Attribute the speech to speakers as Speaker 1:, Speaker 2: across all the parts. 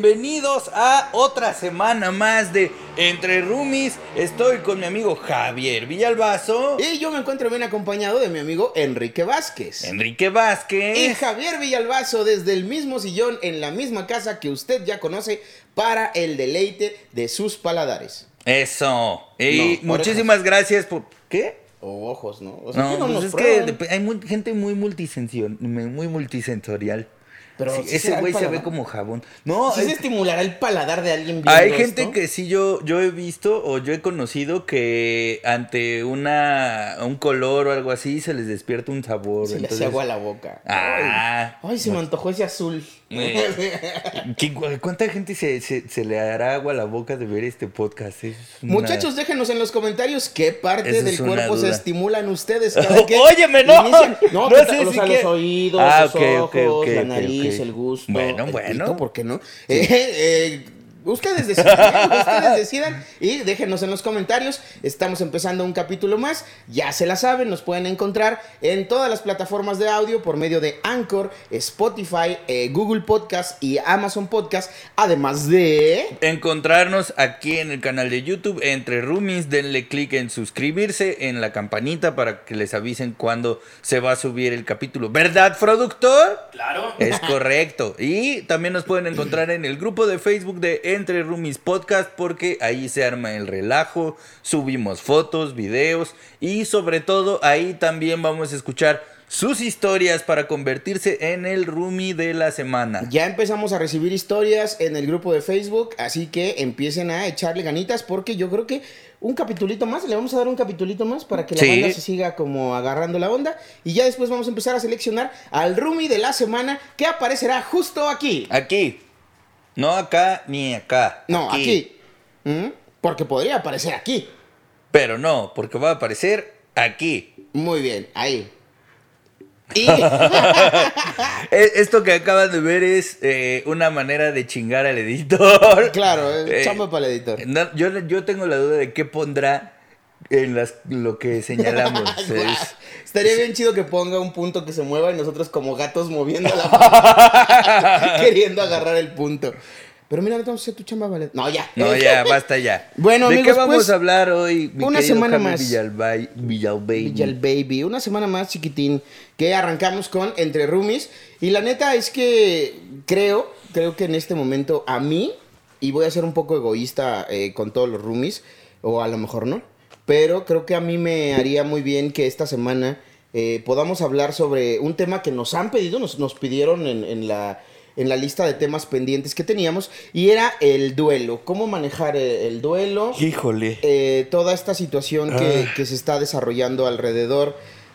Speaker 1: bienvenidos a otra semana más de Entre Roomies. Estoy con mi amigo Javier Villalbazo.
Speaker 2: Y yo me encuentro bien acompañado de mi amigo Enrique Vázquez.
Speaker 1: Enrique Vázquez.
Speaker 2: Y Javier Villalbazo desde el mismo sillón en la misma casa que usted ya conoce para el deleite de sus paladares.
Speaker 1: Eso. Y
Speaker 2: No,
Speaker 1: muchísimas gracias por... ¿Qué?
Speaker 2: O ojos, ¿no? O sea,
Speaker 1: No,
Speaker 2: ¿qué
Speaker 1: pues
Speaker 2: nos
Speaker 1: es
Speaker 2: prueban?
Speaker 1: que hay gente muy multisensorial.
Speaker 2: Pero
Speaker 1: Sí,
Speaker 2: ¿sí
Speaker 1: ese
Speaker 2: será el
Speaker 1: güey se
Speaker 2: paladar?
Speaker 1: ve como jabón. No,
Speaker 2: ¿Sí se estimulará el paladar de alguien viendo
Speaker 1: hay gente
Speaker 2: esto?
Speaker 1: que sí yo he visto o yo he conocido que ante un color o algo así se les despierta un sabor.
Speaker 2: Se le hace
Speaker 1: entonces...
Speaker 2: agua a la boca.
Speaker 1: Ah.
Speaker 2: Ay, se me antojó ese azul.
Speaker 1: ¿Cuánta gente se le hará agua a la boca de ver este podcast? Es una...
Speaker 2: Muchachos, déjenos en los comentarios qué parte
Speaker 1: Esa
Speaker 2: del
Speaker 1: es una
Speaker 2: cuerpo se
Speaker 1: duda.
Speaker 2: estimulan ustedes cada que
Speaker 1: Óyeme, no.
Speaker 2: No,
Speaker 1: No
Speaker 2: que
Speaker 1: sé
Speaker 2: o
Speaker 1: si
Speaker 2: sea,
Speaker 1: que-
Speaker 2: los oídos,
Speaker 1: Ah,
Speaker 2: los
Speaker 1: ok,
Speaker 2: ojos,
Speaker 1: ok,
Speaker 2: la
Speaker 1: ok,
Speaker 2: nariz,
Speaker 1: ok.
Speaker 2: el gusto,
Speaker 1: Bueno,
Speaker 2: el
Speaker 1: bueno.
Speaker 2: pito, ¿por qué no? Ustedes decidan, ustedes decidan y déjenos en los comentarios. Estamos empezando un capítulo más, ya se la saben, nos pueden encontrar en todas las plataformas de audio por medio de Anchor, Spotify, Google Podcast y Amazon Podcast, además de...
Speaker 1: Encontrarnos aquí en el canal de YouTube Entre Roomies. Denle clic en suscribirse, en la campanita para que les avisen cuando se va a subir el capítulo. ¿Verdad, productor?
Speaker 2: Claro.
Speaker 1: Es correcto. Y también nos pueden encontrar en el grupo de Facebook de Entre Roomies Podcast, porque ahí se arma el relajo, subimos fotos, videos y sobre todo ahí también vamos a escuchar sus historias para convertirse en el roomie de la semana.
Speaker 2: Ya empezamos a recibir historias en el grupo de Facebook, así que empiecen a echarle ganitas porque yo creo que un capitulito más, le vamos a dar un capitulito más para que la
Speaker 1: Sí.
Speaker 2: banda se siga como agarrando la onda y ya después vamos a empezar a seleccionar al roomie de la semana que aparecerá justo aquí.
Speaker 1: Aquí. No acá ni acá.
Speaker 2: No, aquí. Porque podría aparecer aquí.
Speaker 1: Pero no, porque va a aparecer aquí.
Speaker 2: Muy bien, ahí. Y
Speaker 1: Esto que acaban de ver es una manera de chingar al editor.
Speaker 2: claro, chamba para el editor.
Speaker 1: No, yo tengo la duda de qué pondrá en lo que señalamos.
Speaker 2: Guau. Estaría bien chido que ponga un punto que se mueva y nosotros como gatos moviendo la mano, queriendo agarrar el punto. Pero mira, no tenemos que hacer tu chamba, vale. No, ya.
Speaker 1: No, ya, basta ya.
Speaker 2: Bueno,
Speaker 1: ¿De
Speaker 2: amigos,
Speaker 1: qué vamos
Speaker 2: pues,
Speaker 1: a hablar hoy, mi
Speaker 2: una
Speaker 1: querido
Speaker 2: semana
Speaker 1: Javi
Speaker 2: más.
Speaker 1: Villalbaby?
Speaker 2: Baby, una semana más, chiquitín, que arrancamos con Entre Roomies. Y la neta es que creo que en este momento a mí, y voy a ser un poco egoísta con todos los roomies, o a lo mejor no, pero creo que a mí me haría muy bien que esta semana podamos hablar sobre un tema que nos han pedido, nos pidieron en la lista de temas pendientes que teníamos, y era el duelo, cómo manejar el duelo.
Speaker 1: Híjole.
Speaker 2: Toda esta situación que se está desarrollando alrededor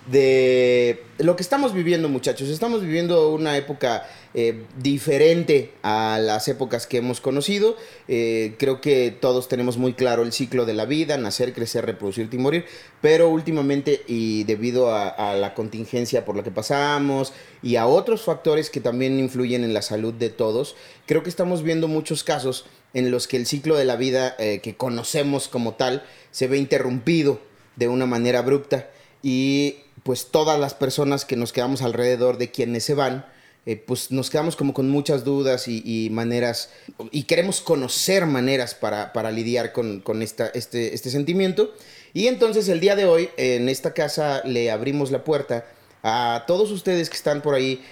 Speaker 2: de lo que estamos viviendo, muchachos. Estamos viviendo una época diferente a las épocas que hemos conocido. Creo que todos tenemos muy claro el ciclo de la vida: nacer, crecer, reproducirte y morir. Pero últimamente, y debido a la contingencia por la que pasamos y a otros factores que también influyen en la salud de todos, creo que estamos viendo muchos casos en los que el ciclo de la vida que conocemos como tal se ve interrumpido de una manera abrupta, y pues todas las personas que nos quedamos alrededor de quienes se van, pues nos quedamos como con muchas dudas y maneras, y queremos conocer maneras para lidiar con este sentimiento. Y entonces el día de hoy en esta casa le abrimos la puerta a todos ustedes que están por ahí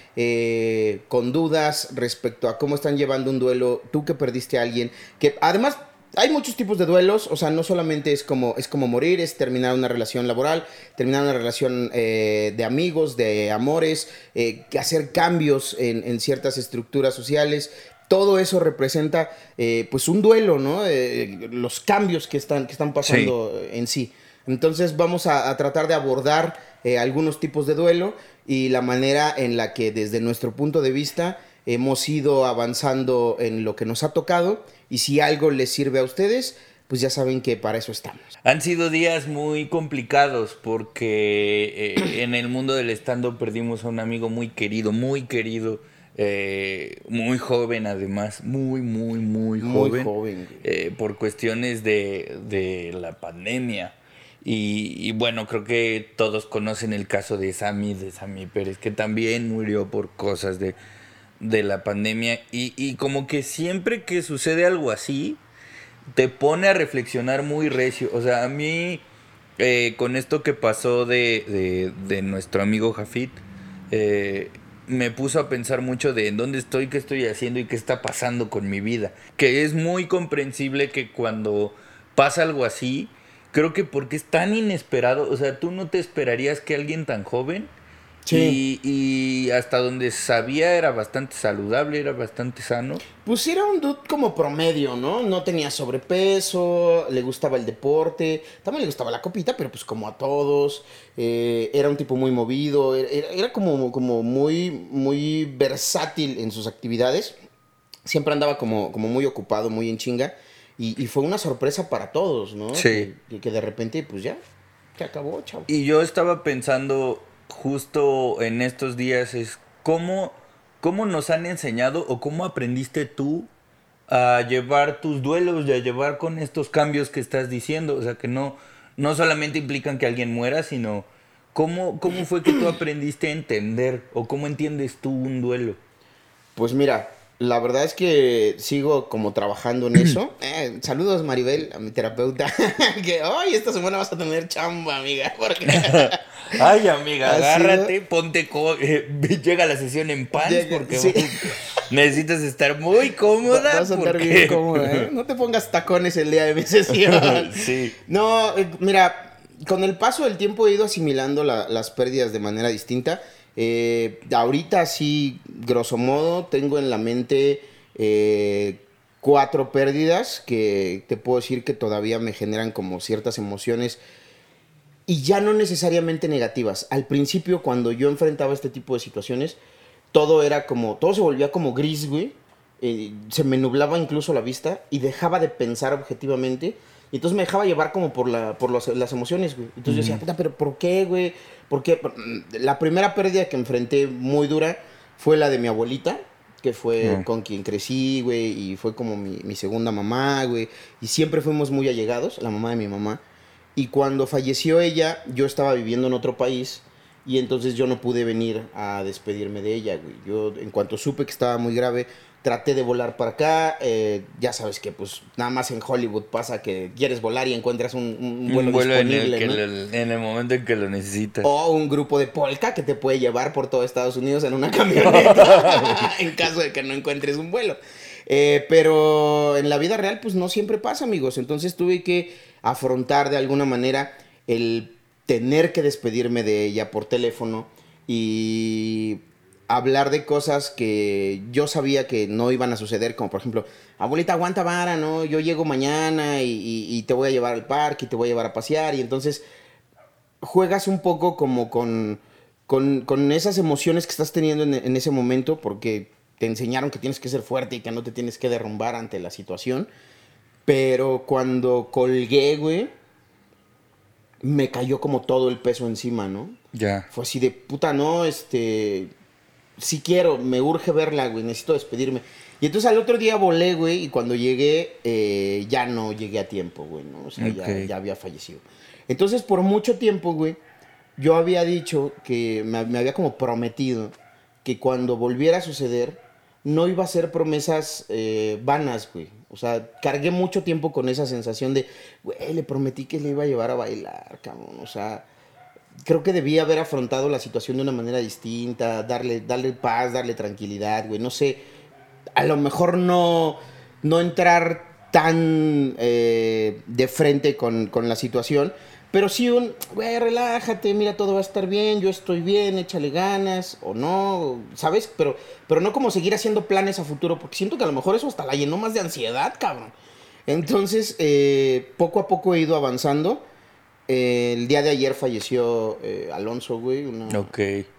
Speaker 2: con dudas respecto a cómo están llevando un duelo. Tú que perdiste a alguien, que además hay muchos tipos de duelos, o sea, no solamente es como morir, es terminar una relación laboral, terminar una relación de amigos, de amores, hacer cambios en ciertas estructuras sociales. Todo eso representa pues un duelo, ¿no? Los cambios que están pasando en sí. Entonces vamos a tratar de abordar algunos tipos de duelo y la manera en la que desde nuestro punto de vista hemos ido avanzando en lo que nos ha tocado, y si algo les sirve a ustedes, pues ya saben que para eso estamos.
Speaker 1: Han sido días muy complicados porque en el mundo del stand-up perdimos a un amigo muy querido, muy joven además, muy joven. Por cuestiones de la pandemia. Y bueno, creo que todos conocen el caso de Sammy Pérez, que también murió por cosas de de la pandemia y como que siempre que sucede algo así, te pone a reflexionar muy recio. O sea, a mí, con esto que pasó de nuestro amigo Jafit, eh, me puso a pensar mucho de en dónde estoy, qué estoy haciendo y qué está pasando con mi vida. Que es muy comprensible que cuando pasa algo así, creo que porque es tan inesperado, o sea, tú no te esperarías que alguien tan joven
Speaker 2: Sí.
Speaker 1: y hasta donde sabía era bastante saludable, era bastante sano.
Speaker 2: Pues era un dude como promedio, ¿no? No tenía sobrepeso, le gustaba el deporte, también le gustaba la copita, pero pues como a todos. Era un tipo muy movido, era como muy versátil en sus actividades. Siempre andaba como muy ocupado, muy en chinga. Y fue una sorpresa para todos, ¿no?
Speaker 1: Sí.
Speaker 2: Que de repente, pues ya, se acabó, chavo.
Speaker 1: Y yo estaba pensando justo en estos días es cómo nos han enseñado o cómo aprendiste tú a llevar tus duelos y a llevar con estos cambios que estás diciendo. O sea, que no solamente implican que alguien muera, sino cómo fue que tú aprendiste a entender o cómo entiendes tú un duelo.
Speaker 2: Pues mira, la verdad es que sigo como trabajando en eso. Saludos Maribel, a mi terapeuta. Que hoy esta semana vas a tener chamba, amiga. Porque
Speaker 1: Ay, amiga,
Speaker 2: ha sido...
Speaker 1: agárrate, llega a la sesión en pants porque
Speaker 2: Sí.
Speaker 1: necesitas estar muy cómoda
Speaker 2: Vas a andar bien
Speaker 1: porque
Speaker 2: cómoda, ¿eh? No te pongas tacones el día de mi sesión.
Speaker 1: sí.
Speaker 2: No, mira, con el paso del tiempo he ido asimilando las pérdidas de manera distinta. Ahorita sí, grosso modo, tengo en la mente 4 pérdidas que te puedo decir que todavía me generan como ciertas emociones y ya no necesariamente negativas. Al principio, cuando yo enfrentaba este tipo de situaciones, todo se volvía como gris, güey. Se me nublaba incluso la vista y dejaba de pensar objetivamente. Y entonces me dejaba llevar como las emociones, güey. Entonces yo decía, puta, pero ¿por qué, güey? ¿Por qué? La primera pérdida que enfrenté muy dura fue la de mi abuelita, que fue
Speaker 1: No.
Speaker 2: con quien crecí, güey, y fue como mi segunda mamá, güey. Y siempre fuimos muy allegados, la mamá de mi mamá. Y cuando falleció ella, yo estaba viviendo en otro país y entonces yo no pude venir a despedirme de ella, güey. Yo, en cuanto supe que estaba muy grave, traté de volar para acá. Ya sabes que, pues, nada más en Hollywood pasa que quieres volar y encuentras un vuelo
Speaker 1: Un vuelo en el
Speaker 2: disponible,
Speaker 1: que
Speaker 2: ¿no?
Speaker 1: en el momento en que lo necesitas.
Speaker 2: O un grupo de polka que te puede llevar por todo Estados Unidos en una camioneta en caso de que no encuentres un vuelo. Pero en la vida real, pues no siempre pasa, amigos. Entonces tuve que afrontar de alguna manera el tener que despedirme de ella por teléfono y hablar de cosas que yo sabía que no iban a suceder, como por ejemplo, abuelita, aguanta vara, ¿no? Yo llego mañana y te voy a llevar al parque y te voy a llevar a pasear. Y entonces juegas un poco como con esas emociones que estás teniendo en ese momento porque te enseñaron que tienes que ser fuerte y que no te tienes que derrumbar ante la situación. Pero cuando colgué, güey, me cayó como todo el peso encima, ¿no?
Speaker 1: Ya.
Speaker 2: Fue así de, puta, no, sí quiero, me urge verla, güey, necesito despedirme. Y entonces al otro día volé, güey, y cuando llegué, ya no llegué a tiempo, güey, ¿no? O sea,
Speaker 1: Ok.
Speaker 2: ya había fallecido. Entonces, por mucho tiempo, güey, yo había dicho que me había como prometido que cuando volviera a suceder, no iba a ser promesas vanas, güey. O sea, cargué mucho tiempo con esa sensación de, güey, le prometí que le iba a llevar a bailar, cabrón. O sea, creo que debía haber afrontado la situación de una manera distinta, darle paz, darle tranquilidad, güey. No sé, a lo mejor no entrar tan de frente con la situación, pero sí güey, relájate, mira, todo va a estar bien, yo estoy bien, échale ganas, o no, ¿sabes? Pero no como seguir haciendo planes a futuro, porque siento que a lo mejor eso hasta la llenó más de ansiedad, cabrón. Entonces, poco a poco he ido avanzando. El día de ayer falleció Alonso, güey,
Speaker 1: Ok.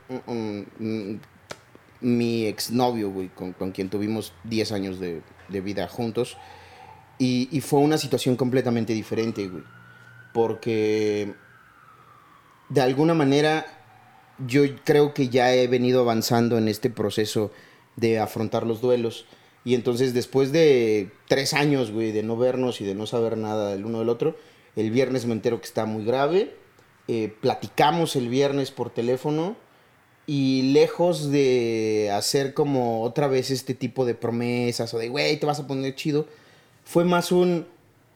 Speaker 2: mi exnovio, güey, con quien tuvimos 10 años de vida juntos. Y fue una situación completamente diferente, güey. Porque de alguna manera yo creo que ya he venido avanzando en este proceso de afrontar los duelos. Y entonces después de 3 años, güey, de no vernos y de no saber nada del uno del otro, el viernes me entero que está muy grave. Platicamos el viernes por teléfono Y lejos de hacer como otra vez este tipo de promesas o de, güey, te vas a poner chido, fue más un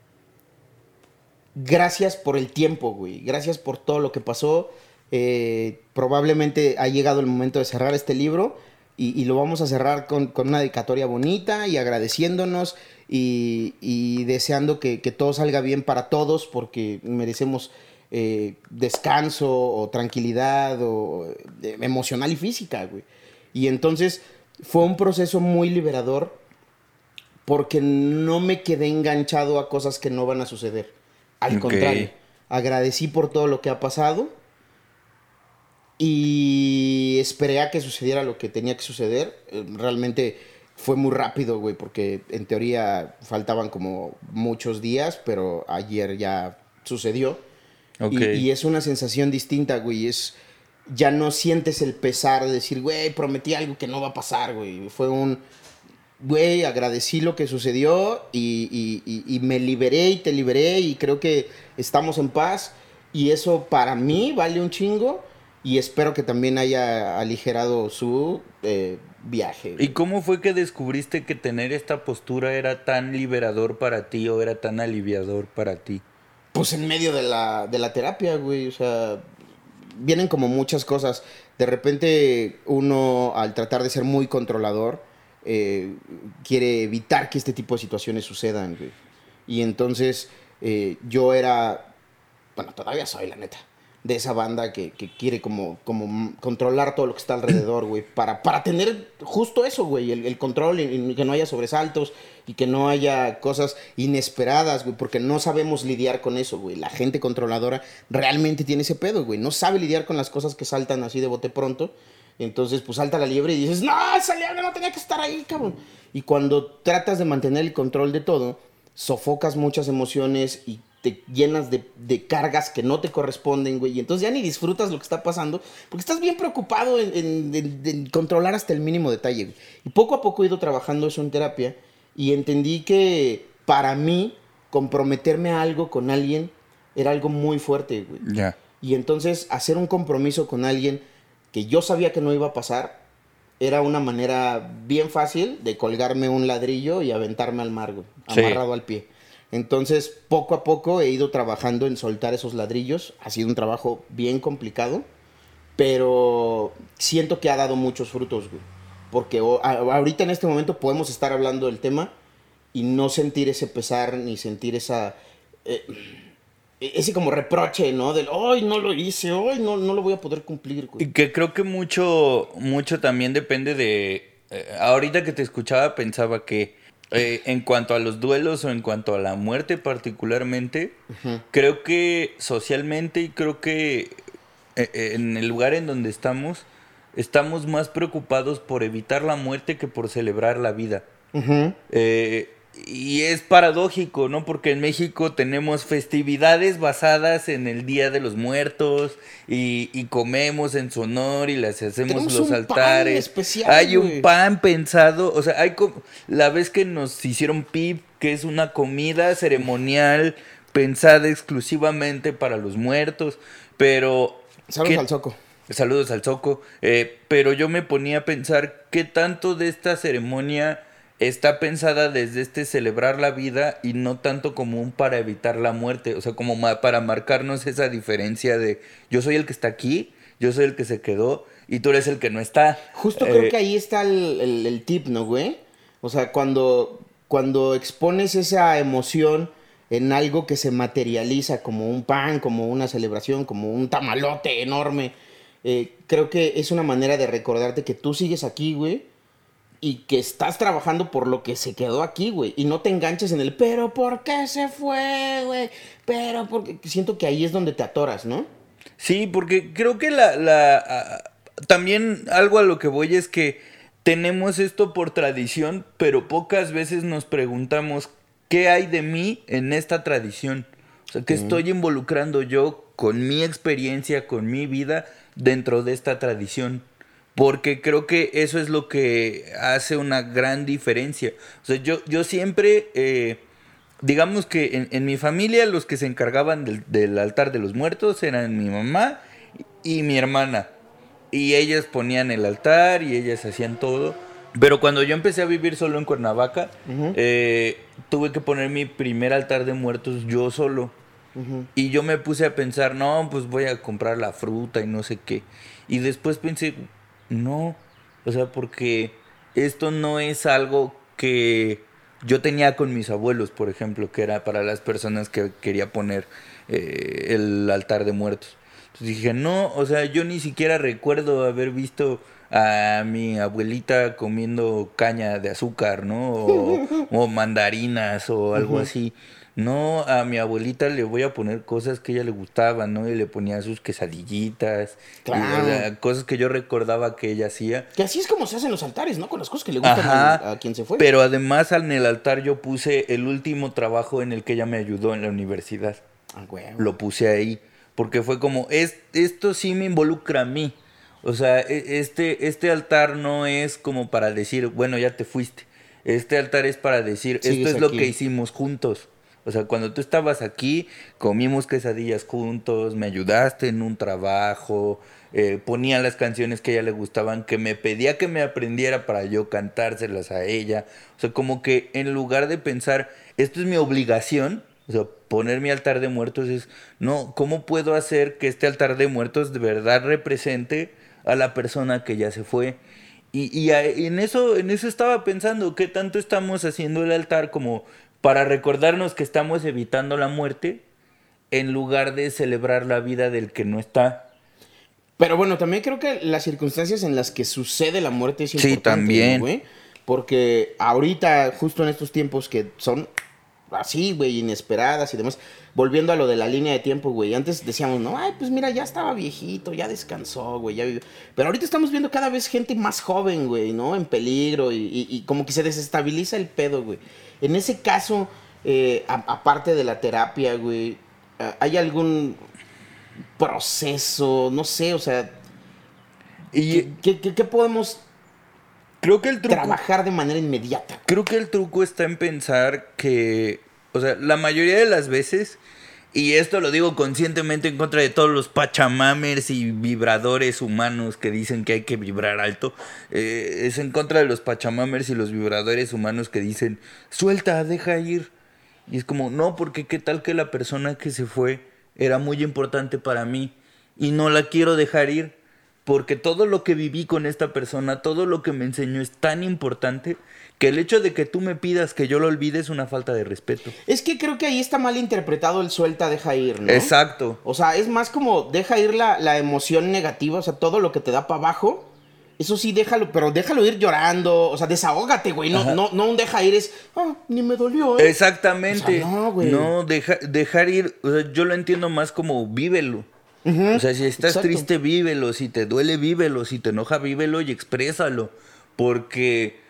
Speaker 2: gracias por el tiempo, güey. Gracias por todo lo que pasó. Probablemente ha llegado el momento de cerrar este libro y lo vamos a cerrar con una dedicatoria bonita y agradeciéndonos y deseando que todo salga bien para todos porque merecemos descanso o tranquilidad emocional y física, güey. Y entonces fue un proceso muy liberador porque no me quedé enganchado a cosas que no van a suceder. Al contrario, agradecí por todo lo que ha pasado y esperé a que sucediera lo que tenía que suceder. Realmente fue muy rápido, güey, porque en teoría faltaban como muchos días, pero ayer ya sucedió. Y es una sensación distinta, güey. Ya no sientes el pesar de decir, güey, prometí algo que no va a pasar, güey. Fue güey, agradecí lo que sucedió y me liberé y te liberé y creo que estamos en paz y eso para mí vale un chingo y espero que también haya aligerado su viaje.
Speaker 1: ¿Y cómo fue que descubriste que tener esta postura era tan liberador para ti o era tan aliviador para ti?
Speaker 2: Pues en medio de la terapia, güey, o sea, vienen como muchas cosas. De repente uno al tratar de ser muy controlador, quiere evitar que este tipo de situaciones sucedan, güey. Y entonces yo era, bueno, todavía soy, la neta, de esa banda que quiere como controlar todo lo que está alrededor, güey, para tener justo eso, güey, el control y que no haya sobresaltos y que no haya cosas inesperadas, güey, porque no sabemos lidiar con eso, güey. La gente controladora realmente tiene ese pedo, güey, no sabe lidiar con las cosas que saltan así de bote pronto. Entonces, pues salta la liebre y dices, no, esa liebre no tenía que estar ahí, cabrón. Y cuando tratas de mantener el control de todo, sofocas muchas emociones y te llenas de cargas que no te corresponden, güey. Y entonces ya ni disfrutas lo que está pasando porque estás bien preocupado en controlar hasta el mínimo detalle, güey. Y poco a poco he ido trabajando eso en terapia y entendí que para mí comprometerme a algo con alguien era algo muy fuerte, güey.
Speaker 1: Ya.
Speaker 2: Y entonces hacer un compromiso con alguien que yo sabía que no iba a pasar, era una manera bien fácil de colgarme un ladrillo y aventarme al mar, güey, amarrado al pie. Entonces, poco a poco he ido trabajando en soltar esos ladrillos. Ha sido un trabajo bien complicado, pero siento que ha dado muchos frutos, güey. Porque ahorita en este momento podemos estar hablando del tema y no sentir ese pesar ni sentir ese como reproche, ¿no? Del, hoy no lo hice, hoy no lo voy a poder cumplir, güey.
Speaker 1: Y que creo que mucho también depende de... ahorita que te escuchaba pensaba que en cuanto a los duelos o en cuanto a la muerte particularmente, creo que socialmente y creo que en el lugar en donde estamos más preocupados por evitar la muerte que por celebrar la vida. Y es paradójico, ¿no? Porque en México tenemos festividades basadas en el Día de los Muertos y comemos en su honor y les hacemos
Speaker 2: Tenemos
Speaker 1: los
Speaker 2: un
Speaker 1: altares.
Speaker 2: pan especial,
Speaker 1: Hay
Speaker 2: güey.
Speaker 1: un pan pensado, o sea, la vez que nos hicieron PIB, que es una comida ceremonial pensada exclusivamente para los muertos, pero...
Speaker 2: Saludos al Zoco.
Speaker 1: Saludos al Zoco. Pero yo me ponía a pensar qué tanto de esta ceremonia está pensada desde celebrar la vida y no tanto como un para evitar la muerte. O sea, como para marcarnos esa diferencia de yo soy el que está aquí, yo soy el que se quedó y tú eres el que no está.
Speaker 2: Justo creo que ahí está el tip, ¿no, güey? O sea, cuando expones esa emoción en algo que se materializa como un pan, como una celebración, como un tamalote enorme, creo que es una manera de recordarte que tú sigues aquí, güey, y que estás trabajando por lo que se quedó aquí, güey, y no te enganches en el, pero ¿por qué se fue, güey? Pero porque siento que ahí es donde te atoras, ¿no?
Speaker 1: Sí, porque creo que también algo a lo que voy es que tenemos esto por tradición, pero pocas veces nos preguntamos qué hay de mí en esta tradición. O sea, qué estoy involucrando yo con mi experiencia, con mi vida dentro de esta tradición. Porque creo que eso es lo que hace una gran diferencia. O sea, yo siempre, digamos que en mi familia los que se encargaban del altar de los muertos eran mi mamá y mi hermana. Y ellas ponían el altar y ellas hacían todo. Pero cuando yo empecé a vivir solo en Cuernavaca, tuve que poner mi primer altar de muertos yo solo. Y yo me puse a pensar, no, pues voy a comprar la fruta y no sé qué. Y después pensé, no, o sea, porque esto no es algo que yo tenía con mis abuelos, por ejemplo, que era para las personas que quería poner el altar de muertos. Entonces dije, no, o sea, yo ni siquiera recuerdo haber visto a mi abuelita comiendo caña de azúcar, ¿no? O mandarinas o algo así. No, a mi abuelita le voy a poner cosas que a ella le gustaban, ¿no? Y le ponía sus quesadillitas, y, o
Speaker 2: Claro.
Speaker 1: sea, cosas que yo recordaba que ella hacía.
Speaker 2: Que así es como se hacen los altares, ¿no? Con las cosas que le gustan
Speaker 1: Ajá,
Speaker 2: a quien se fue.
Speaker 1: pero además en el altar yo puse el último trabajo en el que ella me ayudó en la universidad.
Speaker 2: Ah, güey.
Speaker 1: Lo puse ahí, porque fue como, esto sí me involucra a mí. O sea, este altar no es como para decir, bueno, ya te fuiste. Este altar es para decir, esto
Speaker 2: Sigues
Speaker 1: es lo
Speaker 2: aquí.
Speaker 1: que hicimos juntos. O sea, cuando tú estabas aquí, comimos quesadillas juntos, me ayudaste en un trabajo, ponía las canciones que a ella le gustaban, que me pedía que me aprendiera para yo cantárselas a ella. O sea, como que en lugar de pensar, esto es mi obligación, o sea, poner mi altar de muertos es, no, ¿cómo puedo hacer que este altar de muertos de verdad represente a la persona que ya se fue? En eso estaba pensando, ¿qué tanto estamos haciendo el altar como para recordarnos que estamos evitando la muerte en lugar de celebrar la vida del que no está?
Speaker 2: Pero bueno, también creo que las circunstancias en las que sucede la muerte es
Speaker 1: Sí,
Speaker 2: importante, ¿no,
Speaker 1: también.
Speaker 2: güey? Porque ahorita, justo en estos tiempos que son así, güey, inesperadas y demás, volviendo a lo de la línea de tiempo, güey, antes decíamos, no, ay, pues mira, ya estaba viejito, ya descansó, güey, ya vivió. Pero ahorita estamos viendo cada vez gente más joven, güey, ¿no? En peligro y como que se desestabiliza el pedo, güey. En ese caso, aparte de la terapia, güey, ¿hay algún proceso, no sé, o sea,
Speaker 1: Y
Speaker 2: qué podemos
Speaker 1: creo que el truco,
Speaker 2: trabajar de manera inmediata?
Speaker 1: creo que el truco está en pensar que, o sea, la mayoría de las veces, y esto lo digo conscientemente en contra de todos los pachamamers y vibradores humanos que dicen que hay que vibrar alto, es en contra de los pachamamers y los vibradores humanos que dicen, suelta, deja ir. Y es como, no, porque qué tal que la persona que se fue era muy importante para mí y no la quiero dejar ir. Porque todo lo que viví con esta persona, todo lo que me enseñó es tan importante que el hecho de que tú me pidas que yo lo olvide es una falta de respeto.
Speaker 2: Es que creo que ahí está mal interpretado el suelta, deja ir, ¿no?
Speaker 1: Exacto.
Speaker 2: O sea, es más como deja ir la emoción negativa, o sea, todo lo que te da para abajo. Eso sí, déjalo, pero déjalo ir llorando. O sea, desahógate, güey. No,
Speaker 1: Ajá.
Speaker 2: no un deja ir es, ni me dolió, ¿eh?
Speaker 1: Exactamente.
Speaker 2: O sea, no, güey.
Speaker 1: No, dejar ir, o sea, yo lo entiendo más como vívelo. O sea, si estás
Speaker 2: exacto.
Speaker 1: triste, vívelo. Si te duele, vívelo. Si te enoja, vívelo y exprésalo. Porque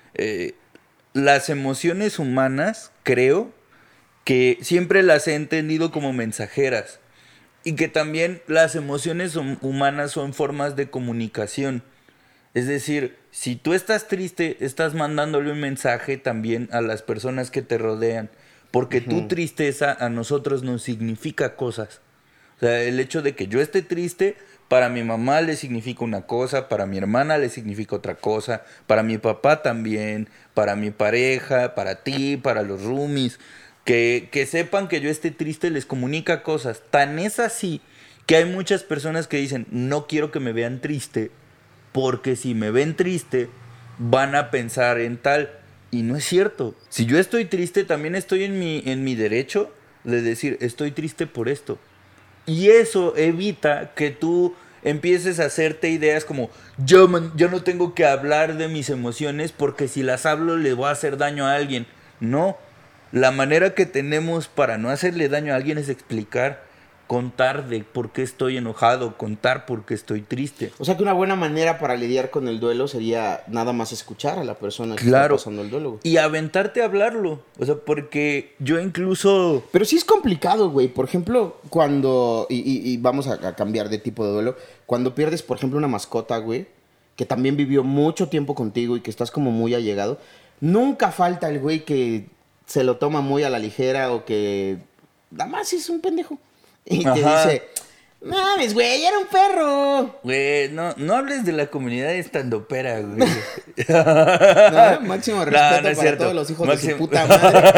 Speaker 1: las emociones humanas, creo, que siempre las he entendido como mensajeras. Y que también las emociones humanas son formas de comunicación. Es decir, si tú estás triste, estás mandándole un mensaje también a las personas que te rodean. Porque tu tristeza a nosotros nos significa cosas. O sea, el hecho de que yo esté triste, para mi mamá le significa una cosa, para mi hermana le significa otra cosa, para mi papá también, para mi pareja, para ti, para los roomies. Que sepan que yo esté triste les comunica cosas. Tan es así que hay muchas personas que dicen, no quiero que me vean triste, porque si me ven triste, van a pensar en tal. Y no es cierto. Si yo estoy triste, también estoy en mi derecho de decir, estoy triste por esto. Y eso evita que tú empieces a hacerte ideas como, yo no tengo que hablar de mis emociones porque si las hablo le voy a hacer daño a alguien. No, la manera que tenemos para no hacerle daño a alguien es explicar, contar de por qué estoy enojado, contar por qué estoy triste.
Speaker 2: O sea que una buena manera para lidiar con el duelo sería nada más escuchar a la persona que está
Speaker 1: Claro.
Speaker 2: pasando el duelo, güey.
Speaker 1: Y aventarte a hablarlo. O sea, porque yo incluso...
Speaker 2: Pero sí es complicado, güey. Por ejemplo, cuando... Y vamos a cambiar de tipo de duelo. Cuando pierdes, por ejemplo, una mascota, güey, que también vivió mucho tiempo contigo y que estás como muy allegado, nunca falta el güey que se lo toma muy a la ligera o que nada más es un pendejo. Y te
Speaker 1: Ajá.
Speaker 2: dice, Mames, güey, era un perro.
Speaker 1: Güey, no hables de la comunidad estandopera, güey.
Speaker 2: No, máximo respeto
Speaker 1: No es
Speaker 2: para
Speaker 1: cierto.
Speaker 2: todos los hijos de
Speaker 1: Máximo-
Speaker 2: su puta madre.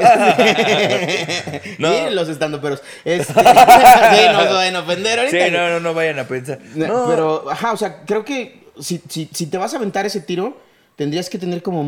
Speaker 1: No.
Speaker 2: Y los estandoperos. Sí, no se vayan a ofender ahorita.
Speaker 1: Sí, no vayan a pensar. No,
Speaker 2: Pero, ajá, o sea, creo que si te vas a aventar ese tiro, tendrías que tener como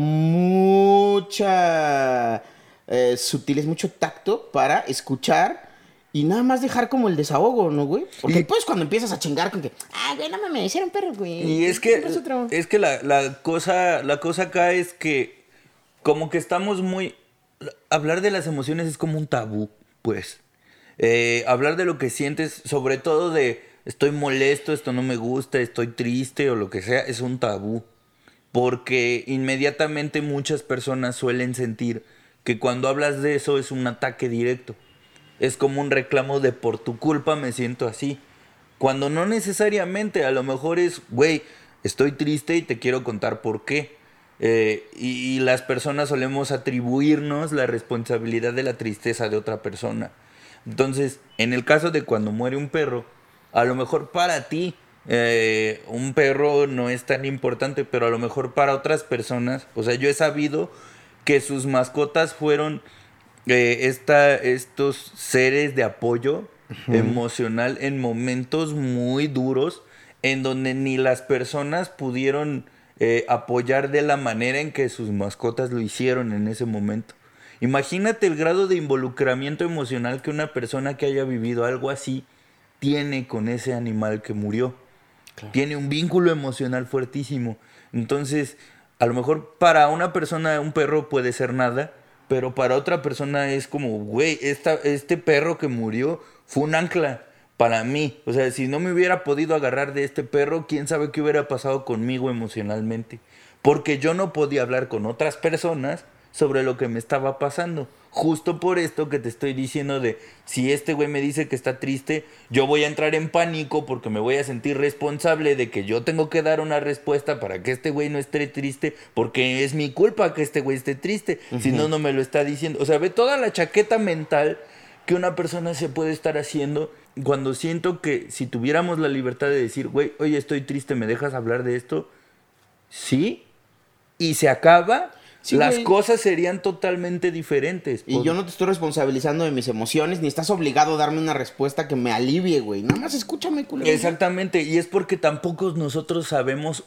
Speaker 2: mucha sutilez, mucho tacto para escuchar y nada más dejar como el desahogo, ¿no, güey? Porque después cuando empiezas a chingar con que, güey, no mames, hicieron perro, güey.
Speaker 1: y es que la cosa acá es que como que estamos muy... Hablar de las emociones es como un tabú, pues. Hablar de lo que sientes, sobre todo de estoy molesto, esto no me gusta, estoy triste o lo que sea, es un tabú. Porque inmediatamente muchas personas suelen sentir que cuando hablas de eso es un ataque directo. Es como un reclamo de por tu culpa me siento así. Cuando no necesariamente, a lo mejor es, güey, estoy triste y te quiero contar por qué. Y las personas solemos atribuirnos la responsabilidad de la tristeza de otra persona. Entonces, en el caso de cuando muere un perro, a lo mejor para ti un perro no es tan importante, pero a lo mejor para otras personas, o sea, yo he sabido que sus mascotas fueron estos seres de apoyo emocional en momentos muy duros, en donde ni las personas pudieron apoyar de la manera en que sus mascotas lo hicieron en ese momento. Imagínate el grado de involucramiento emocional que una persona que haya vivido algo así tiene con ese animal que murió. Claro. Tiene un vínculo emocional fuertísimo. Entonces, a lo mejor para una persona un perro puede ser nada, pero para otra persona es como, güey, este perro que murió fue un ancla para mí. O sea, si no me hubiera podido agarrar de este perro, quién sabe qué hubiera pasado conmigo emocionalmente. Porque yo no podía hablar con otras personas sobre lo que me estaba pasando. Justo por esto que te estoy diciendo de, si este güey me dice que está triste, yo voy a entrar en pánico porque me voy a sentir responsable de que yo tengo que dar una respuesta para que este güey no esté triste, porque es mi culpa que este güey esté triste, si no, no me lo está diciendo. O sea, ve toda la chaqueta mental que una persona se puede estar haciendo cuando siento que si tuviéramos la libertad de decir, güey, oye, estoy triste, ¿me dejas hablar de esto? Sí, y se acaba. Sí, las cosas serían totalmente diferentes.
Speaker 2: Y yo no te estoy responsabilizando de mis emociones, ni estás obligado a darme una respuesta que me alivie, güey. Nada más escúchame, culero.
Speaker 1: Exactamente, y es porque tampoco nosotros sabemos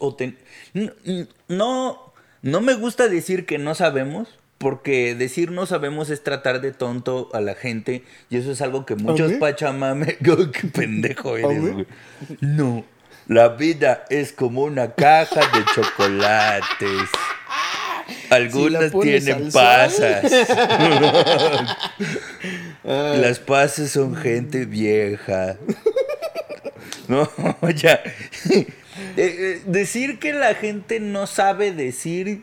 Speaker 1: no me gusta decir que no sabemos, porque decir no sabemos es tratar de tonto a la gente, y eso es algo que muchos pachamames... ¡Qué pendejo eres, güey! No, la vida es como una caja de chocolates. Algunas si tienen pasas. Las pasas son gente vieja. No, ya. Decir que la gente no sabe decir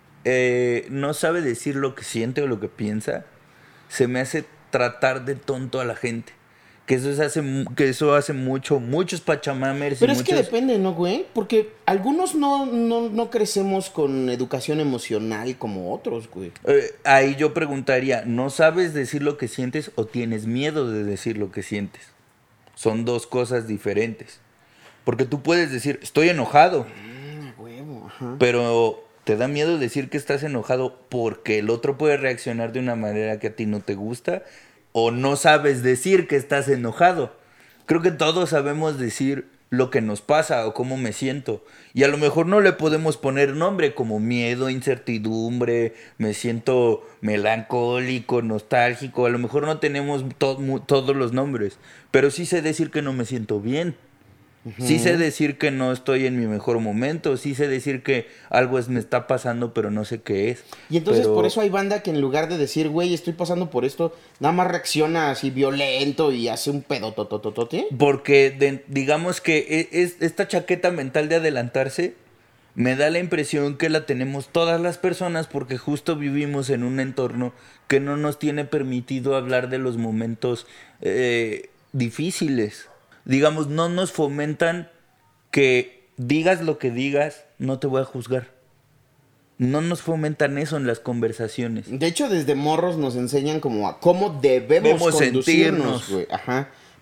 Speaker 1: lo que siente o lo que piensa, se me hace tratar de tonto a la gente. Que eso hace muchos pachamamers.
Speaker 2: Pero es que depende, ¿no, güey? Porque algunos no crecemos con educación emocional como otros, güey.
Speaker 1: Ahí yo preguntaría, ¿no sabes decir lo que sientes o tienes miedo de decir lo que sientes? Son dos cosas diferentes. Porque tú puedes decir, estoy enojado.
Speaker 2: Huevo, ajá.
Speaker 1: Pero te da miedo decir que estás enojado porque el otro puede reaccionar de una manera que a ti no te gusta. O no sabes decir que estás enojado. Creo que todos sabemos decir lo que nos pasa o cómo me siento. Y a lo mejor no le podemos poner nombre como miedo, incertidumbre, me siento melancólico, nostálgico. A lo mejor no tenemos todos los nombres. Pero sí sé decir que no me siento bien. Sí sé decir que no estoy en mi mejor momento, sí sé decir que algo me está pasando, pero no sé qué es.
Speaker 2: Y entonces por eso hay banda que en lugar de decir, güey, estoy pasando por esto, nada más reacciona así violento y hace un pedo totototote.
Speaker 1: Porque digamos que esta chaqueta mental de adelantarse me da la impresión que la tenemos todas las personas porque justo vivimos en un entorno que no nos tiene permitido hablar de los momentos difíciles. Digamos, no nos fomentan que digas lo que digas, no te voy a juzgar. No nos fomentan eso en las conversaciones.
Speaker 2: De hecho, desde morros nos enseñan como a cómo debemos conducirnos, güey. Ajá.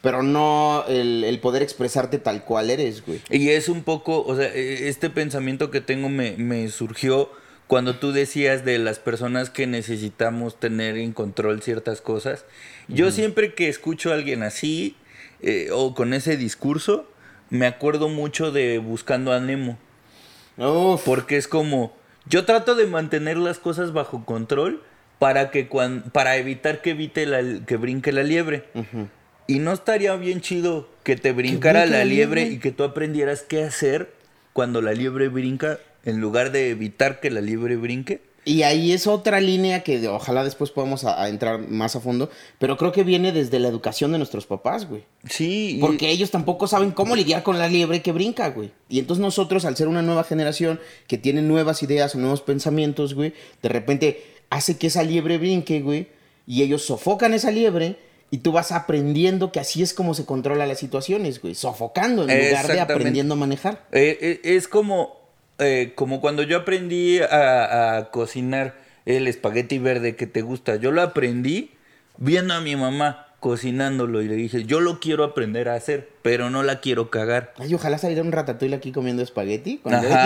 Speaker 2: pero no el poder expresarte tal cual eres, güey.
Speaker 1: Y es un poco, o sea, este pensamiento que tengo me surgió cuando tú decías de las personas que necesitamos tener en control ciertas cosas. Yo siempre que escucho a alguien así, o con ese discurso, me acuerdo mucho de Buscando a Nemo.
Speaker 2: Uf.
Speaker 1: Porque es como, yo trato de mantener las cosas bajo control para evitar que brinque la liebre.
Speaker 2: Uh-huh.
Speaker 1: Y no estaría bien chido que te brincara
Speaker 2: brinque
Speaker 1: la
Speaker 2: la
Speaker 1: liebre
Speaker 2: liebre?
Speaker 1: y que tú aprendieras qué hacer cuando la liebre brinca, en lugar de evitar que la liebre brinque.
Speaker 2: Y ahí es otra línea que ojalá después podamos a entrar más a fondo, pero creo que viene desde la educación de nuestros papás, güey.
Speaker 1: Sí.
Speaker 2: Porque ellos tampoco saben cómo lidiar con la liebre que brinca, güey. Y entonces nosotros, al ser una nueva generación que tiene nuevas ideas o nuevos pensamientos, güey, de repente hace que esa liebre brinque, güey, y ellos sofocan esa liebre y tú vas aprendiendo que así es como se controla las situaciones, güey. Sofocando en lugar de aprendiendo a manejar.
Speaker 1: Es como cuando yo aprendí a cocinar el espagueti verde que te gusta. Yo lo aprendí viendo a mi mamá cocinándolo y le dije, yo lo quiero aprender a hacer, pero no la quiero cagar.
Speaker 2: Ay, ojalá saliera un ratatouille aquí comiendo espagueti.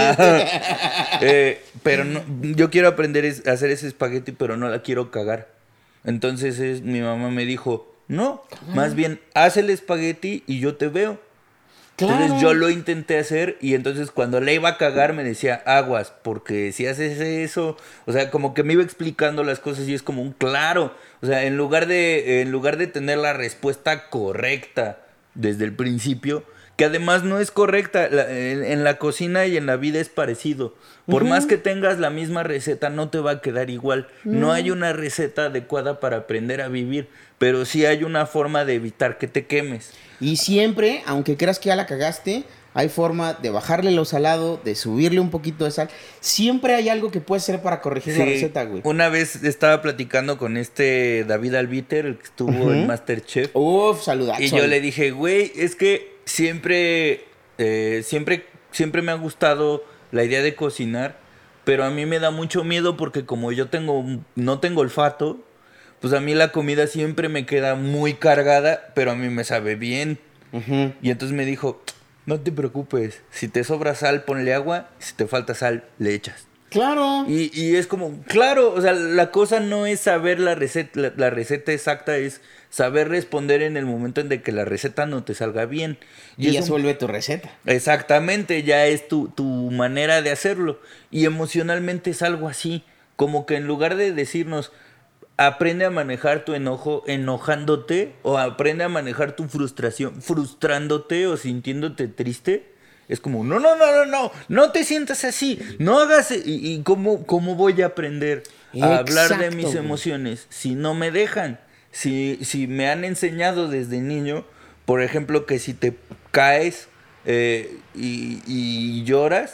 Speaker 1: Pero no, yo quiero aprender a hacer ese espagueti, pero no la quiero cagar. Entonces mi mamá me dijo, no, más bien haz el espagueti y yo te veo.
Speaker 2: Claro.
Speaker 1: Entonces yo lo intenté hacer y entonces cuando le iba a cagar me decía aguas, porque si haces eso, o sea, como que me iba explicando las cosas y es como un claro, o sea, en lugar de tener la respuesta correcta desde el principio, que además no es correcta, en la cocina y en la vida es parecido. Por más que tengas la misma receta, no te va a quedar igual. No hay una receta adecuada para aprender a vivir, pero sí hay una forma de evitar que te quemes.
Speaker 2: Y siempre, aunque creas que ya la cagaste, hay forma de bajarle lo salado, de subirle un poquito de sal. Siempre hay algo que puedes hacer para corregir la receta, güey.
Speaker 1: Una vez estaba platicando con David Albiter, el que estuvo en MasterChef.
Speaker 2: Uf, saludazo.
Speaker 1: Y yo le dije, güey, es que siempre me ha gustado la idea de cocinar, pero a mí me da mucho miedo porque como yo no tengo olfato, pues a mí la comida siempre me queda muy cargada, pero a mí me sabe bien.
Speaker 2: Uh-huh.
Speaker 1: Y entonces me dijo, no te preocupes, si te sobra sal, ponle agua, si te falta sal, le echas.
Speaker 2: Claro.
Speaker 1: Y es como, claro, o sea, la cosa no es saber la receta exacta, es saber responder en el momento en de que la receta no te salga bien.
Speaker 2: Y ya se vuelve tu receta.
Speaker 1: Exactamente, ya es tu manera de hacerlo. Y emocionalmente es algo así, como que en lugar de decirnos, aprende a manejar tu enojo enojándote, o aprende a manejar tu frustración frustrándote o sintiéndote triste, es como, no te sientas así, no hagas... ¿Y cómo voy a aprender a hablar de mis emociones si no me dejan? Si me han enseñado desde niño, por ejemplo, que si te caes y lloras,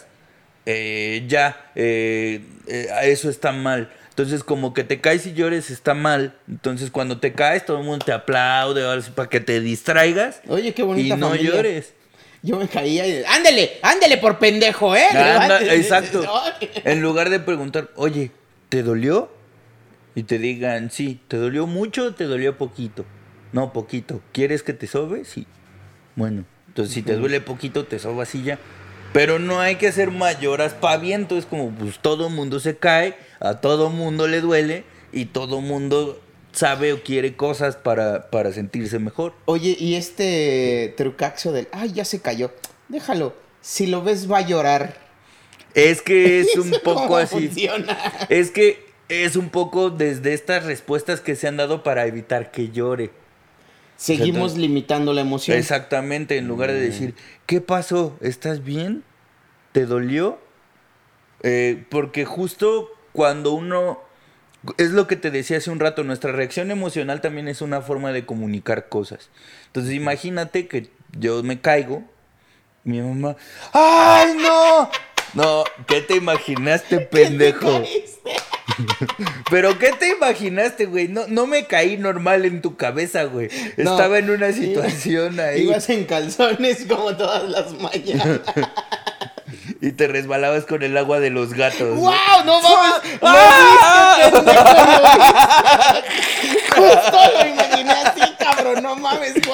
Speaker 1: eso está mal. Entonces, como que te caes y llores está mal. Entonces, cuando te caes, todo el mundo te aplaude para que te distraigas.
Speaker 2: Oye, qué bonita
Speaker 1: y no
Speaker 2: familia.
Speaker 1: Llores.
Speaker 2: Yo me caía y... ¡Ándele por pendejo, eh!
Speaker 1: Exacto. En lugar de preguntar, oye, ¿te dolió? Y te digan, sí, ¿te dolió mucho o te dolió poquito? No, poquito. ¿Quieres que te sobe? Sí. Bueno, entonces si te duele poquito, te sobas y ya. Pero no hay que hacer mayor aspaviento. Es como, pues todo mundo se cae, a todo mundo le duele y todo mundo sabe o quiere cosas para sentirse mejor.
Speaker 2: Oye, y este trucaxo del, ay, ya se cayó, déjalo, si lo ves va a llorar.
Speaker 1: Es que es un poco
Speaker 2: ¿Cómo
Speaker 1: así.
Speaker 2: funciona?
Speaker 1: Es que es un poco desde estas respuestas que se han dado para evitar que llore.
Speaker 2: Seguimos limitando la emoción.
Speaker 1: Exactamente, en lugar de decir, ¿qué pasó? ¿Estás bien? ¿Te dolió? Porque justo cuando uno... Es lo que te decía hace un rato, nuestra reacción emocional también es una forma de comunicar cosas. Entonces imagínate que yo me caigo, mi mamá, ¡ay, no! No, ¿qué te imaginaste, pendejo? ¿Pero qué te imaginaste, güey? No me caí normal en tu cabeza, güey. Estaba en una situación ahí.
Speaker 2: Ibas en calzones como todas las mañanas.
Speaker 1: Y te resbalabas con el agua de los gatos.
Speaker 2: ¡Wow! ¡No mames! ¡Lo viste, pendejo! Justo lo imaginé así, cabrón. No mames, wow.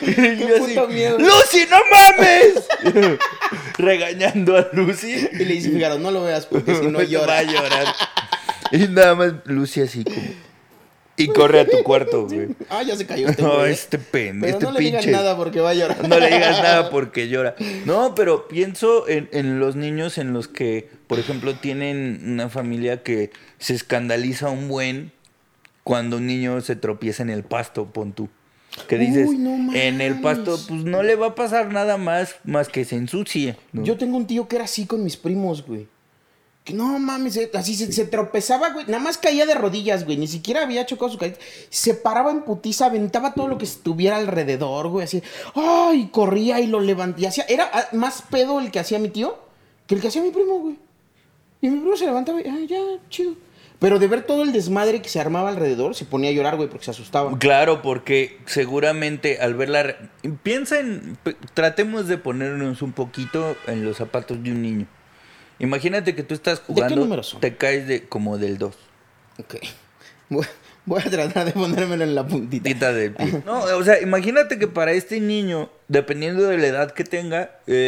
Speaker 1: Y yo así,
Speaker 2: puto miedo.
Speaker 1: ¡Lucy, no mames! Regañando a Lucy.
Speaker 2: Y le dice, Fígaro, no lo veas porque si no
Speaker 1: Va
Speaker 2: llora.
Speaker 1: a llorar. Y nada más Lucy así como... Y corre a tu cuarto, güey.
Speaker 2: Ah, ya se cayó este
Speaker 1: No,
Speaker 2: güey.
Speaker 1: este pendejo,
Speaker 2: Pero
Speaker 1: este
Speaker 2: no le
Speaker 1: pinche.
Speaker 2: digan nada porque va a llorar.
Speaker 1: No le digas nada porque llora. No, pero pienso en los niños en los que, por ejemplo, tienen una familia que se escandaliza un buen cuando un niño se tropieza en el pasto, pon tú. Que dices,
Speaker 2: Uy, no
Speaker 1: en el pasto,
Speaker 2: mames.
Speaker 1: pues no le va a pasar nada más que se ensucie, ¿no?
Speaker 2: Yo tengo un tío que era así con mis primos, güey. Que no mames, así se tropezaba, güey. Nada más caía de rodillas, güey. Ni siquiera había chocado su carita. Se paraba en putiza, aventaba todo lo que estuviera alrededor, güey. Así, ¡ay! Corría y lo levantaba. Y hacía, era más pedo el que hacía mi tío que el que hacía mi primo, güey. Y mi primo se levantaba y, ya, chido. Pero de ver todo el desmadre que se armaba alrededor, se ponía a llorar, güey, porque se asustaba.
Speaker 1: Claro, porque seguramente al verla... Tratemos de ponernos un poquito en los zapatos de un niño. Imagínate que tú estás jugando...
Speaker 2: ¿De qué número son?
Speaker 1: Te caes como del 2.
Speaker 2: Ok. Voy a tratar de ponérmelo en la puntita.
Speaker 1: Tita del pie. No, o sea, imagínate que para este niño, dependiendo de la edad que tenga,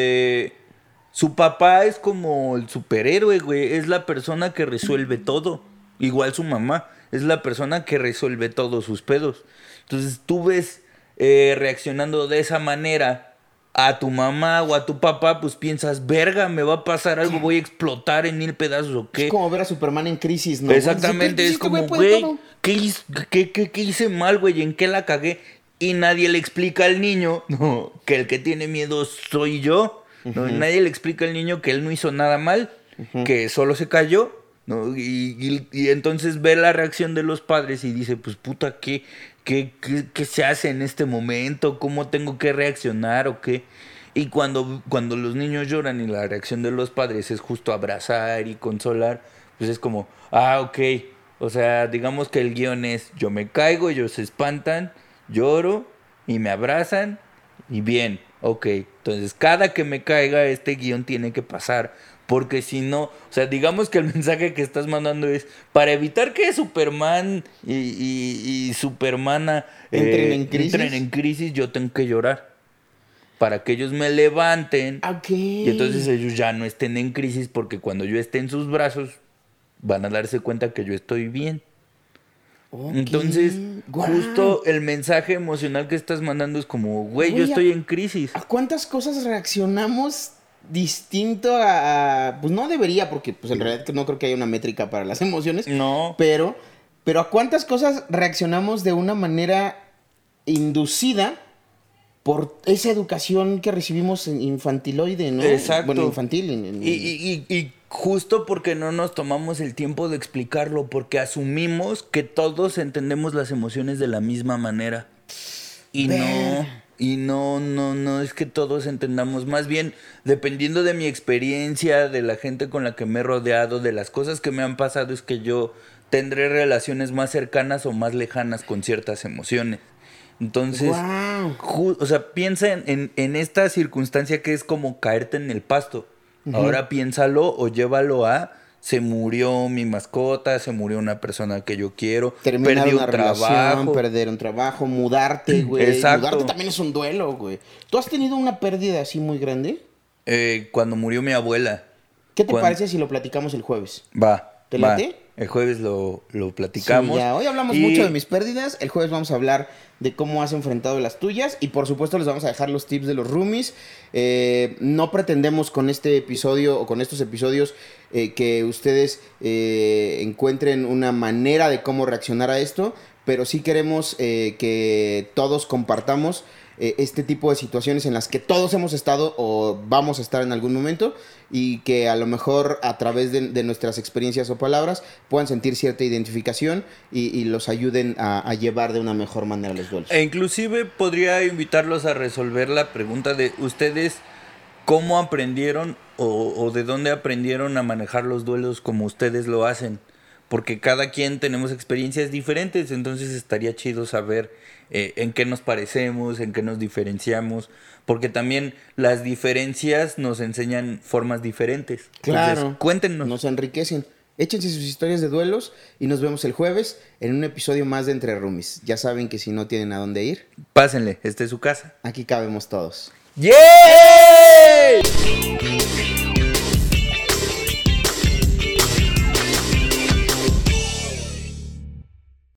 Speaker 1: su papá es como el superhéroe, güey. Es la persona que resuelve todo. Igual su mamá. Es la persona que resuelve todos sus pedos. Entonces tú ves reaccionando de esa manera a tu mamá o a tu papá, pues piensas, verga, me va a pasar algo, voy a explotar en 1000 pedazos o qué.
Speaker 2: Es como ver a Superman en crisis, ¿no?
Speaker 1: Exactamente,
Speaker 2: Sí,
Speaker 1: es como,
Speaker 2: puede
Speaker 1: güey,
Speaker 2: todo.
Speaker 1: ¿qué hice mal, güey? ¿En qué la cagué? Y nadie le explica al niño, no, que el que tiene miedo soy yo. ¿No? Nadie le explica al niño que él no hizo nada mal, que solo se cayó, ¿no? Y entonces ve la reacción de los padres y dice, pues puta, ¿qué se hace en este momento? ¿Cómo tengo que reaccionar o qué? Y cuando los niños lloran y la reacción de los padres es justo abrazar y consolar, pues es como, ok. O sea, digamos que el guión es, yo me caigo, ellos se espantan, lloro y me abrazan y bien, ok. Entonces, cada que me caiga, este guión tiene que pasar. Porque si no, o sea, digamos que el mensaje que estás mandando es para evitar que Superman y Supermana entren en crisis, yo tengo que llorar. Para que ellos me levanten.
Speaker 2: Ok.
Speaker 1: Y entonces ellos ya no estén en crisis porque cuando yo esté en sus brazos van a darse cuenta que yo estoy bien.
Speaker 2: Okay.
Speaker 1: Entonces,
Speaker 2: Guau.
Speaker 1: justo el mensaje emocional que estás mandando es como, güey, yo estoy en crisis.
Speaker 2: ¿A cuántas cosas reaccionamos distinto pues no debería, porque pues en realidad no creo que haya una métrica para las emociones.
Speaker 1: No.
Speaker 2: Pero a cuántas cosas reaccionamos de una manera inducida por esa educación que recibimos en infantiloide, ¿no?
Speaker 1: Exacto.
Speaker 2: Bueno, infantil.
Speaker 1: Y justo porque no nos tomamos el tiempo de explicarlo, porque asumimos que todos entendemos las emociones de la misma manera. Y no es que todos entendamos. Más bien, dependiendo de mi experiencia, de la gente con la que me he rodeado, de las cosas que me han pasado, es que yo tendré relaciones más cercanas o más lejanas con ciertas emociones. Entonces,
Speaker 2: wow.
Speaker 1: o sea, piensa en esta circunstancia que es como caerte en el pasto. Ahora piénsalo o llévalo a se murió mi mascota, se murió una persona que yo quiero,
Speaker 2: terminar
Speaker 1: perdí
Speaker 2: una
Speaker 1: un trabajo,
Speaker 2: perder un trabajo, mudarte, güey.
Speaker 1: Exacto.
Speaker 2: Mudarte también es un duelo, güey. ¿Tú has tenido una pérdida así muy grande?
Speaker 1: Cuando murió mi abuela.
Speaker 2: ¿Qué te parece si lo platicamos el jueves?
Speaker 1: Va.
Speaker 2: ¿Te late?
Speaker 1: El jueves lo platicamos.
Speaker 2: Sí, ya. Hoy hablamos mucho de mis pérdidas. El jueves vamos a hablar de cómo has enfrentado las tuyas. Y por supuesto les vamos a dejar los tips de los roomies. No pretendemos con este episodio o con estos episodios que ustedes encuentren una manera de cómo reaccionar a esto. Pero sí queremos que todos compartamos este tipo de situaciones en las que todos hemos estado o vamos a estar en algún momento y que a lo mejor a través de nuestras experiencias o palabras puedan sentir cierta identificación y los ayuden a llevar de una mejor manera los duelos.
Speaker 1: E inclusive podría invitarlos a resolver la pregunta de ustedes cómo aprendieron o de dónde aprendieron a manejar los duelos como ustedes lo hacen. Porque cada quien tenemos experiencias diferentes, entonces estaría chido saber en qué nos parecemos, en qué nos diferenciamos, porque también las diferencias nos enseñan formas diferentes.
Speaker 2: Claro.
Speaker 1: Entonces, cuéntenos.
Speaker 2: Nos enriquecen. Échense sus historias de duelos y nos vemos el jueves en un episodio más de Entre Roomies. Ya saben que si no tienen a dónde ir,
Speaker 1: Pásenle, esta es su casa.
Speaker 2: aquí cabemos todos.
Speaker 1: ¡Yeah!